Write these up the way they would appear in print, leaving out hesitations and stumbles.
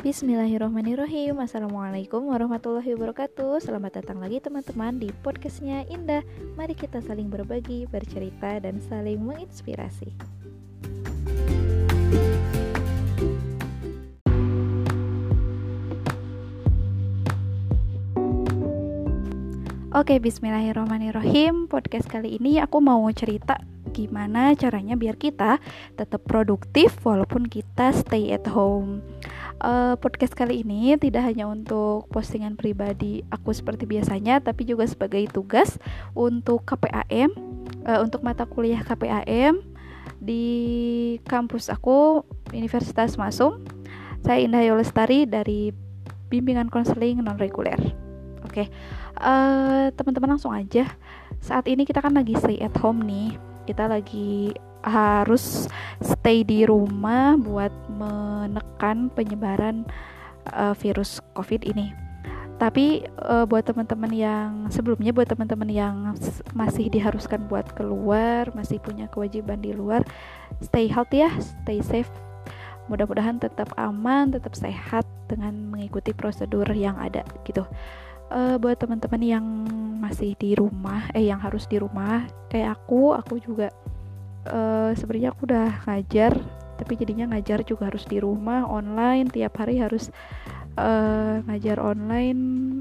Bismillahirrahmanirrahim. Assalamualaikum warahmatullahi wabarakatuh. Selamat datang lagi teman-teman di podcastnya Indah. Mari kita saling berbagi, bercerita, dan saling menginspirasi. Oke, bismillahirrahmanirrahim. Podcast kali ini aku mau cerita gimana caranya biar kita tetap produktif walaupun kita stay at home. Podcast kali ini tidak hanya untuk postingan pribadi aku seperti biasanya, tapi juga sebagai tugas untuk KPAM, untuk mata kuliah KPAM di kampus aku, Universitas Masum. Saya Indah Yolestari dari bimbingan konseling non-reguler. Oke, teman-teman langsung aja. Saat ini kita kan lagi stay at home nih. Kita lagi harus stay di rumah buat menekan penyebaran virus COVID ini. Tapi buat teman-teman yang sebelumnya, buat teman-teman yang masih diharuskan buat keluar, masih punya kewajiban di luar, stay healthy ya, stay safe. Mudah-mudahan tetap aman, tetap sehat dengan mengikuti prosedur yang ada gitu. Buat teman-teman yang masih di rumah, yang harus di rumah kayak aku juga sebenarnya aku udah ngajar, tapi jadinya ngajar juga harus di rumah online, tiap hari harus ngajar online,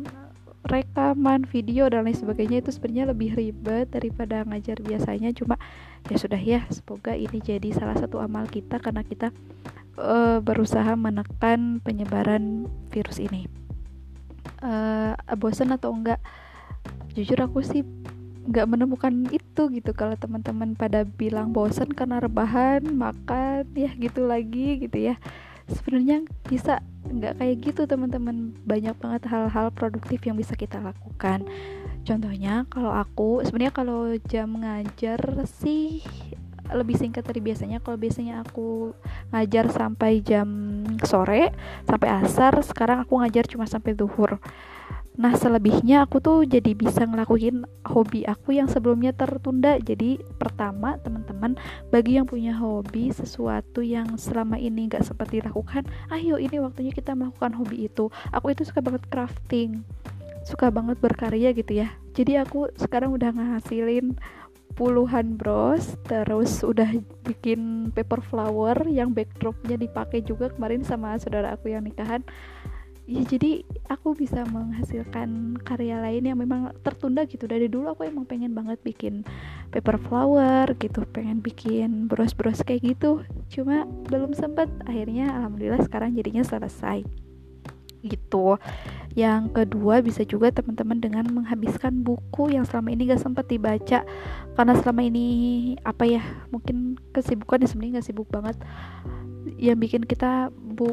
rekaman video dan lain sebagainya. Itu sebenarnya lebih ribet daripada ngajar biasanya. Cuma ya sudah ya, semoga ini jadi salah satu amal kita karena kita berusaha menekan penyebaran virus ini. Bosan atau enggak? Jujur aku sih nggak menemukan itu gitu. Kalau teman-teman pada bilang bosan karena rebahan, makan ya gitu lagi gitu ya, sebenarnya bisa nggak kayak gitu teman-teman. Banyak banget hal-hal produktif yang bisa kita lakukan. Contohnya kalau aku sebenarnya kalau jam ngajar sih lebih singkat dari biasanya. Kalau biasanya aku ngajar sampai jam sore, sampai asar, sekarang aku ngajar cuma sampai zuhur. Nah, selebihnya aku tuh jadi bisa ngelakuin hobi aku yang sebelumnya tertunda. Jadi pertama, teman-teman, bagi yang punya hobi, sesuatu yang selama ini gak sempat dilakukan, ayo ini waktunya kita melakukan hobi itu. Aku itu suka banget crafting, suka banget berkarya gitu ya. Jadi aku sekarang udah ngehasilin puluhan bros, terus udah bikin paper flower yang backdropnya dipakai juga kemarin sama saudara aku yang nikahan. Ya jadi aku bisa menghasilkan karya lain yang memang tertunda gitu. Dari dulu aku emang pengen banget bikin paper flower gitu, pengen bikin bros-bros kayak gitu, cuma belum sempat. Akhirnya alhamdulillah sekarang jadinya selesai gitu. Yang kedua, bisa juga teman-teman dengan menghabiskan buku yang selama ini gak sempat dibaca. Karena selama ini mungkin kesibukan, ya sebenarnya gak sibuk banget, yang bikin kita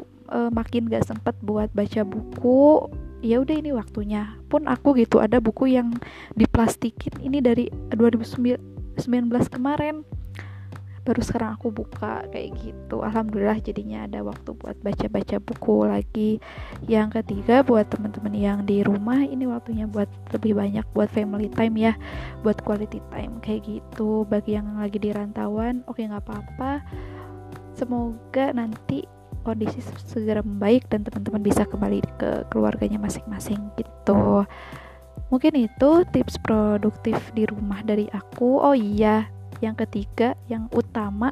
makin gak sempat buat baca buku. Ya udah, ini waktunya. Pun aku gitu, ada buku yang diplastikin ini dari 2019 kemarin, baru sekarang aku buka kayak gitu. Alhamdulillah jadinya ada waktu buat baca-baca buku lagi. Yang ketiga, buat teman-teman yang di rumah, ini waktunya buat lebih banyak buat family time ya, buat quality time kayak gitu. Bagi yang lagi di rantauan, oke, nggak apa-apa, semoga nanti kondisi segera membaik dan teman-teman bisa kembali ke keluarganya masing-masing gitu. Mungkin itu tips produktif di rumah dari aku. Oh iya, yang ketiga, yang utama,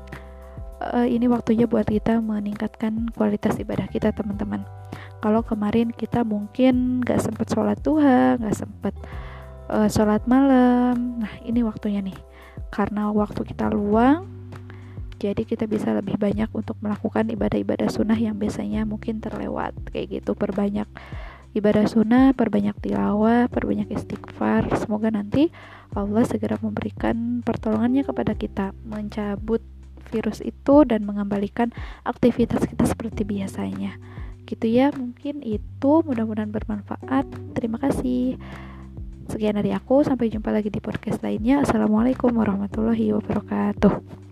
ini waktunya buat kita meningkatkan kualitas ibadah kita teman-teman. Kalau kemarin kita mungkin gak sempat sholat duha, gak sempat sholat malam, nah ini waktunya nih. Karena waktu kita luang, jadi kita bisa lebih banyak untuk melakukan ibadah-ibadah sunnah yang biasanya mungkin terlewat kayak gitu. Perbanyak ibadah sunnah, perbanyak tilawah, perbanyak istighfar. Semoga nanti Allah segera memberikan pertolongannya kepada kita, mencabut virus itu dan mengembalikan aktivitas kita seperti biasanya gitu ya. Mungkin itu, mudah-mudahan bermanfaat. Terima kasih. Sekian dari aku, sampai jumpa lagi di podcast lainnya. Assalamualaikum warahmatullahi wabarakatuh.